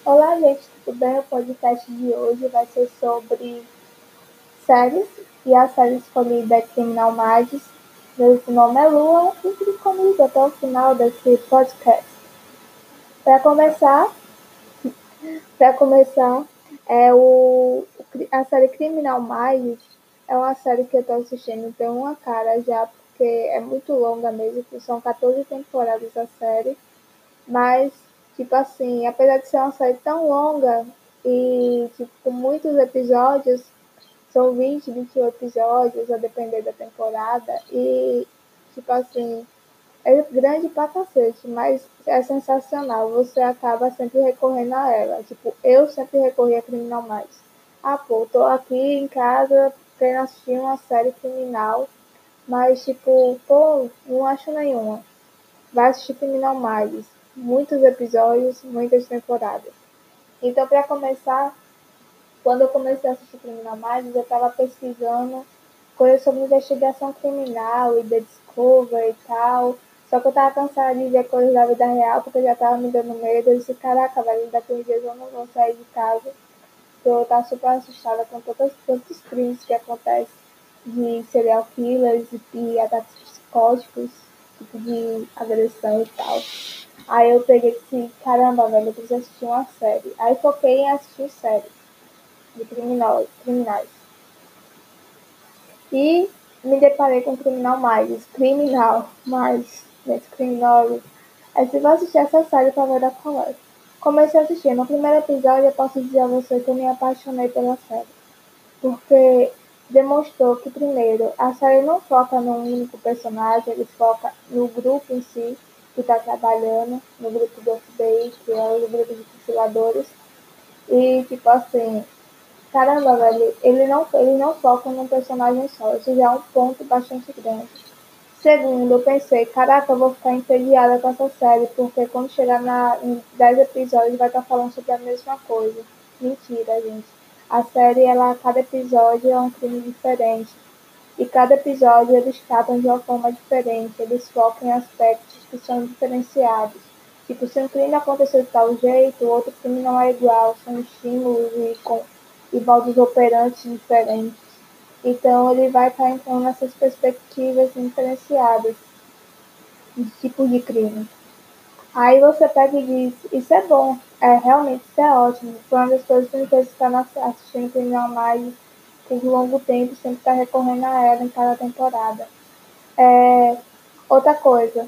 Olá, gente, tudo bem? O podcast de hoje vai ser sobre séries e a série escolhida é Criminal Minds. Meu nome é Lua e fique comigo até o final desse podcast. Para começar, para começar, a série Criminal Minds é uma série que eu estou assistindo tem uma cara já, porque é muito longa mesmo, são 14 temporadas a série. Mas, tipo assim, apesar de ser uma série tão longa e tipo, com muitos episódios, são 20, 21 episódios, a depender da temporada, e tipo assim, é grande pra cacete, mas é sensacional. Você acaba sempre recorrendo a ela. Tipo, eu sempre recorri a Criminal Mais. Ah, pô, tô aqui em casa querendo assistir uma série criminal, mas tipo, pô, não acho nenhuma. Vai assistir Criminal Minds. Muitos episódios, muitas temporadas. Então, para começar, quando eu comecei a assistir Criminal Minds, eu estava pesquisando coisas sobre investigação criminal e The Discovery e tal. Só que eu estava cansada de ver coisas da vida real, porque eu já estava me dando medo. Eu disse, caraca, velho, daqui uns dias eu não vou sair de casa. Eu estava super assustada com tantos crimes que acontecem de serial killers e ataques psicóticos, tipo de agressão e tal. Aí eu peguei e disse, caramba, velho, eu preciso assistir uma série. Aí foquei em assistir séries de criminais. E me deparei com Criminal Mais. Aí você vai assistir essa série pra ver da colégio. Comecei a assistir. No primeiro episódio eu posso dizer a você que eu me apaixonei pela série. Porque demonstrou que, primeiro, a série não foca num único personagem, ele foca no grupo em si que está trabalhando, no grupo do FBI, que é o grupo de fuziladores. E, tipo assim, caramba, velho, ele não foca num personagem só, isso já é um ponto bastante grande. Segundo, eu pensei, caraca, eu vou ficar entediada com essa série, porque quando chegar em 10 episódios vai estar falando sobre a mesma coisa. Mentira, gente. A série, cada episódio é um crime diferente. E cada episódio eles tratam de uma forma diferente, eles focam em aspectos que são diferenciados. Tipo, se um crime aconteceu de tal jeito, o outro crime não é igual, são estímulos e modos operantes diferentes. Então ele vai estar entrando nessas perspectivas diferenciadas de tipos de crime. Aí você pega e diz, isso é bom, realmente isso é ótimo. Foi uma das coisas que me fez ficar assistindo Criminal Mais por longo tempo, sempre estar recorrendo a ela em cada temporada. É, outra coisa,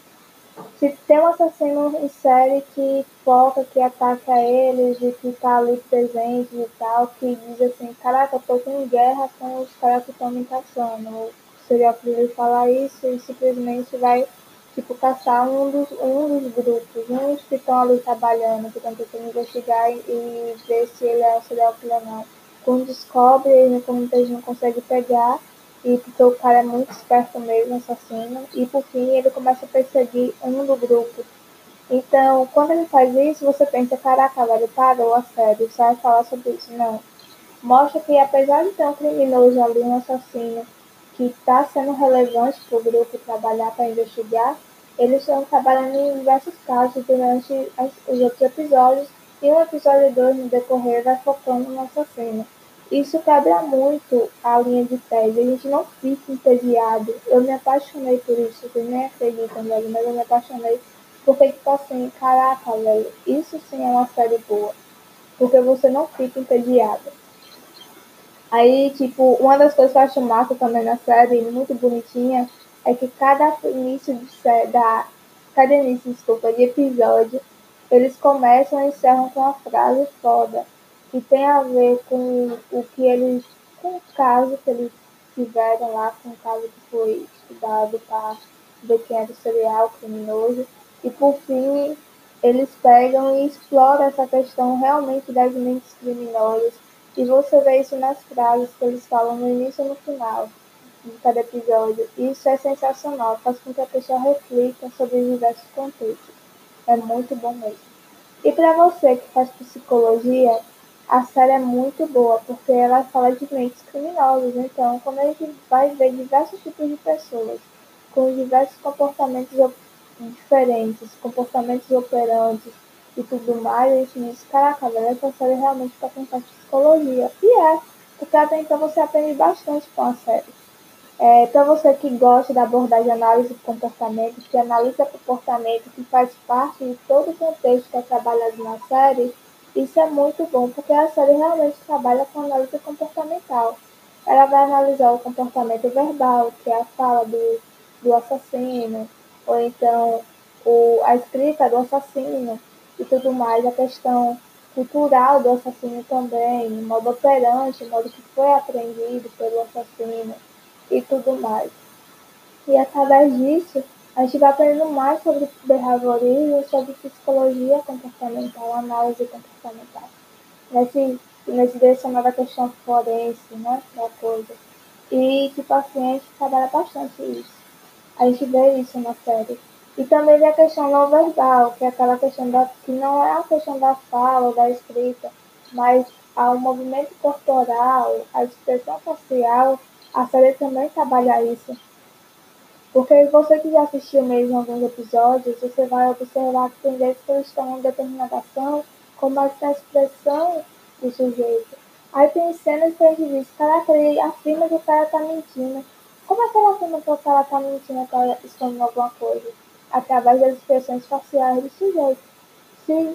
se tem um assassino em série que foca, que ataca eles e que tá ali presente e tal, que diz assim, caraca, eu tô em guerra com os caras que estão me caçando. O serial killer falar isso e simplesmente vai, tipo, caçar um dos grupos, uns que estão ali trabalhando, que estão tentando investigar e ver se ele é um serial killer ou não. Quando descobre, eles não conseguem pegar, e porque o cara é muito esperto mesmo, assassino, e por fim ele começa a perseguir um do grupo. Então, quando ele faz isso, você pensa, caraca, velho, parou a série, só vai falar sobre isso. Não. Mostra que apesar de ter um criminoso ali, um assassino, que está sendo relevante para o grupo trabalhar para investigar, eles estão trabalhando em diversos casos durante os outros episódios, e um episódio 2 no decorrer vai focando no assassino. Isso quebra muito a linha de tese, a gente não fica entediado. Eu me apaixonei por isso, vocês nem acreditam, velho, mas eu me apaixonei porque, tipo assim, caraca, velho, isso sim é uma série boa, porque você não fica entediado. Aí, tipo, uma das coisas que eu acho massa também na série, muito bonitinha, é que cada início, desculpa, de episódio, eles começam e encerram com uma frase foda, que tem a ver com o que eles, com o caso que eles tiveram lá, com o caso que foi estudado para ver quem era o serial criminoso. E por fim, eles pegam e exploram essa questão realmente das mentes criminosas, e você vê isso nas frases que eles falam no início e no final de cada episódio. Isso é sensacional, faz com que a pessoa reflita sobre diversos contextos. É muito bom mesmo. E para você que faz psicologia, a série é muito boa, porque ela fala de mentes criminosas. Então, quando a gente vai ver diversos tipos de pessoas, com diversos comportamentos diferentes, comportamentos operantes, e tudo mais, a gente diz, caraca, velho, essa série realmente está com psicologia. E porque até então você aprende bastante com a série. Para você que gosta da abordagem de análise de comportamento, que analisa comportamento, que faz parte de todo o contexto que é trabalhado na série, isso é muito bom, porque a série realmente trabalha com análise comportamental. Ela vai analisar o comportamento verbal, que é a fala do assassino, ou então a escrita do assassino e tudo mais, a questão cultural do assassino também, o modo operante, o modo que foi aprendido pelo assassino e tudo mais. E através disso, a gente vai aprendendo mais sobre behaviorismo, sobre psicologia comportamental, análise comportamental. Nesse direcionado à questão forense, né, da coisa. E, tipo assim, a gente trabalha bastante isso. A gente vê isso na série. E também vê a questão não verbal, que é aquela questão que não é a questão da fala ou da escrita, mas ao movimento corporal, a expressão facial, a série também trabalha isso. Porque você que já assistiu mesmo alguns episódios, você vai observar que tem vezes que eles estão em determinada ação, como é a expressão do sujeito. Aí tem cenas que a gente diz, caraca, ele afirma que o cara tá mentindo. Como é que ela afirma que o cara tá mentindo, tá escondendo alguma coisa? Através das expressões faciais do sujeito. Se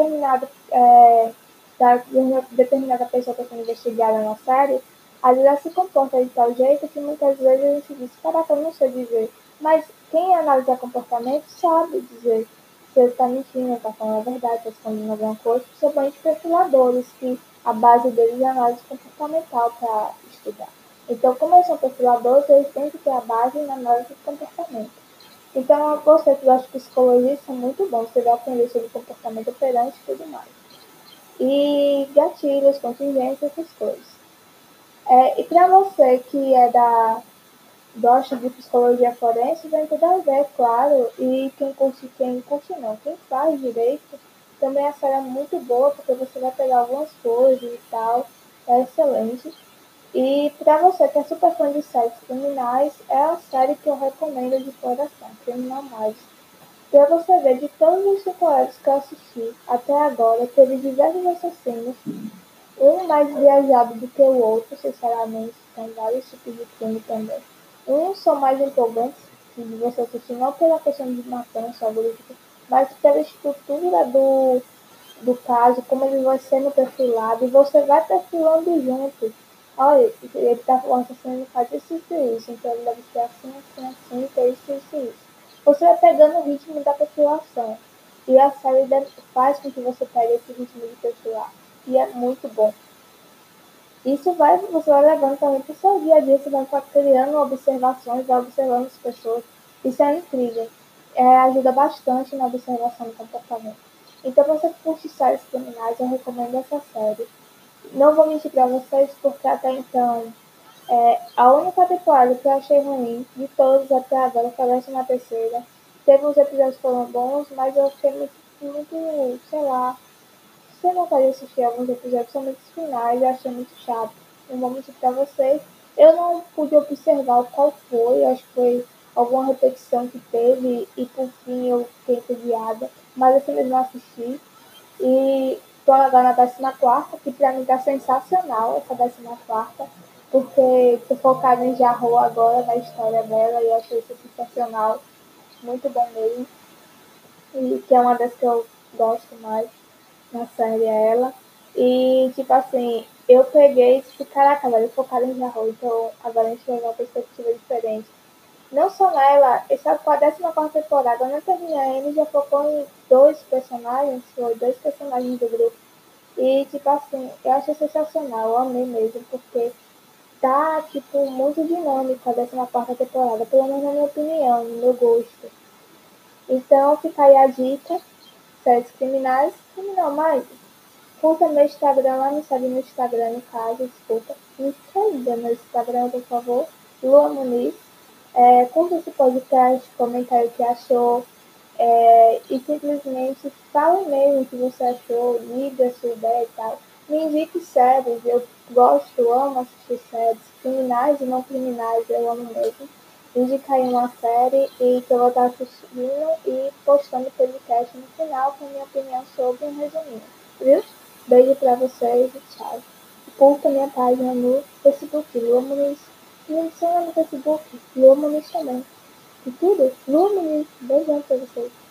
determinada pessoa está sendo investigada na série, às vezes ela se comporta de tal jeito que muitas vezes a gente diz, caraca, eu não sei dizer. Mas quem analisa comportamento sabe dizer se ele está mentindo, está falando a verdade, está escondendo alguma coisa, principalmente perfiladores, que a base deles é análise comportamental para estudar. Então, como eles são perfiladores, eles têm que ter a base na análise de comportamento. Então, você que gosta de psicologia, isso é muito bom. Você vai aprender sobre comportamento operante e tudo mais. E gatilhos, contingências, essas coisas. E para você que gosta de psicologia forense, vai tudo a ver, claro. E quem curte não, quem faz direito, também a série é muito boa, porque você vai pegar algumas coisas e tal. É excelente. E para você que é super fã de séries criminais, é a série que eu recomendo de coração, Criminal Minds. Para você ver, de todos os temporadas que eu assisti até agora, teve diversos assassinos, um mais viajado do que o outro, sinceramente, tem vários tipos de filme também. Uns são mais empolgantes, que você assistir não pela questão de matança, algoritmo, mas pela estrutura do caso, como ele vai sendo perfilado, e você vai perfilando junto. Olha, ele está falando assim, ele faz isso, então ele deve ser assim, que é isso. Você vai pegando o ritmo da perfilação. E a série faz com que você pegue esse ritmo de perfilar. E é muito bom. Você vai levando também para o seu dia a dia, você vai criando observações, vai observando as pessoas. Isso é incrível. Ajuda bastante na observação do comportamento. Então, você que curte séries criminais, eu recomendo essa série. Não vou mentir para vocês, porque até então, a única temporada que eu achei ruim, de todos até agora, foi a 13ª. Teve uns episódios que foram bons, mas eu fiquei muito, sei lá, sem vontade de assistir alguns episódios, somente os finais, eu achei muito chato. Não vou mentir pra vocês. Eu não pude observar qual foi, acho que foi alguma repetição que teve e por fim eu fiquei entediada, mas assim mesmo assisti. E tô agora na 14ª, que pra mim tá sensacional essa 14ª, porque tô focada em Jarro agora, na história dela, e eu achei isso sensacional, muito bom mesmo. E que é uma das que eu gosto mais na série ela. E, tipo assim, eu peguei e disse, caraca, velho, focada em Jarro, então agora a gente vai ver uma perspectiva diferente. Não só nela, essa foi a 14ª temporada, eu não terminei ainda, já focou em dois personagens do grupo. E, tipo assim, eu achei sensacional, eu amei mesmo, porque tá, tipo, muito dinâmica a 14ª temporada, pelo menos na minha opinião, no meu gosto. Então, fica aí a dica, séries criminais, criminal mais. Curta meu Instagram lá, me segue no Instagram, no caso, desculpa. Me siga no Instagram, por favor. Lua Muniz. Curta esse podcast, comenta aí o que achou. E simplesmente fala mesmo o que você achou, liga a sua ideia e tal. Me indique séries, eu gosto, amo assistir séries, criminais e não criminais, eu amo mesmo. indicar aí uma série e que eu vou estar assistindo e postando podcast no final com a minha opinião sobre um resuminho, viu? Beijo pra vocês e tchau. Curta minha página no Facebook, Lua Muniz. Me adiciona no Facebook, Lua Muniz também. E tudo, Lua Muniz. Beijão pra vocês.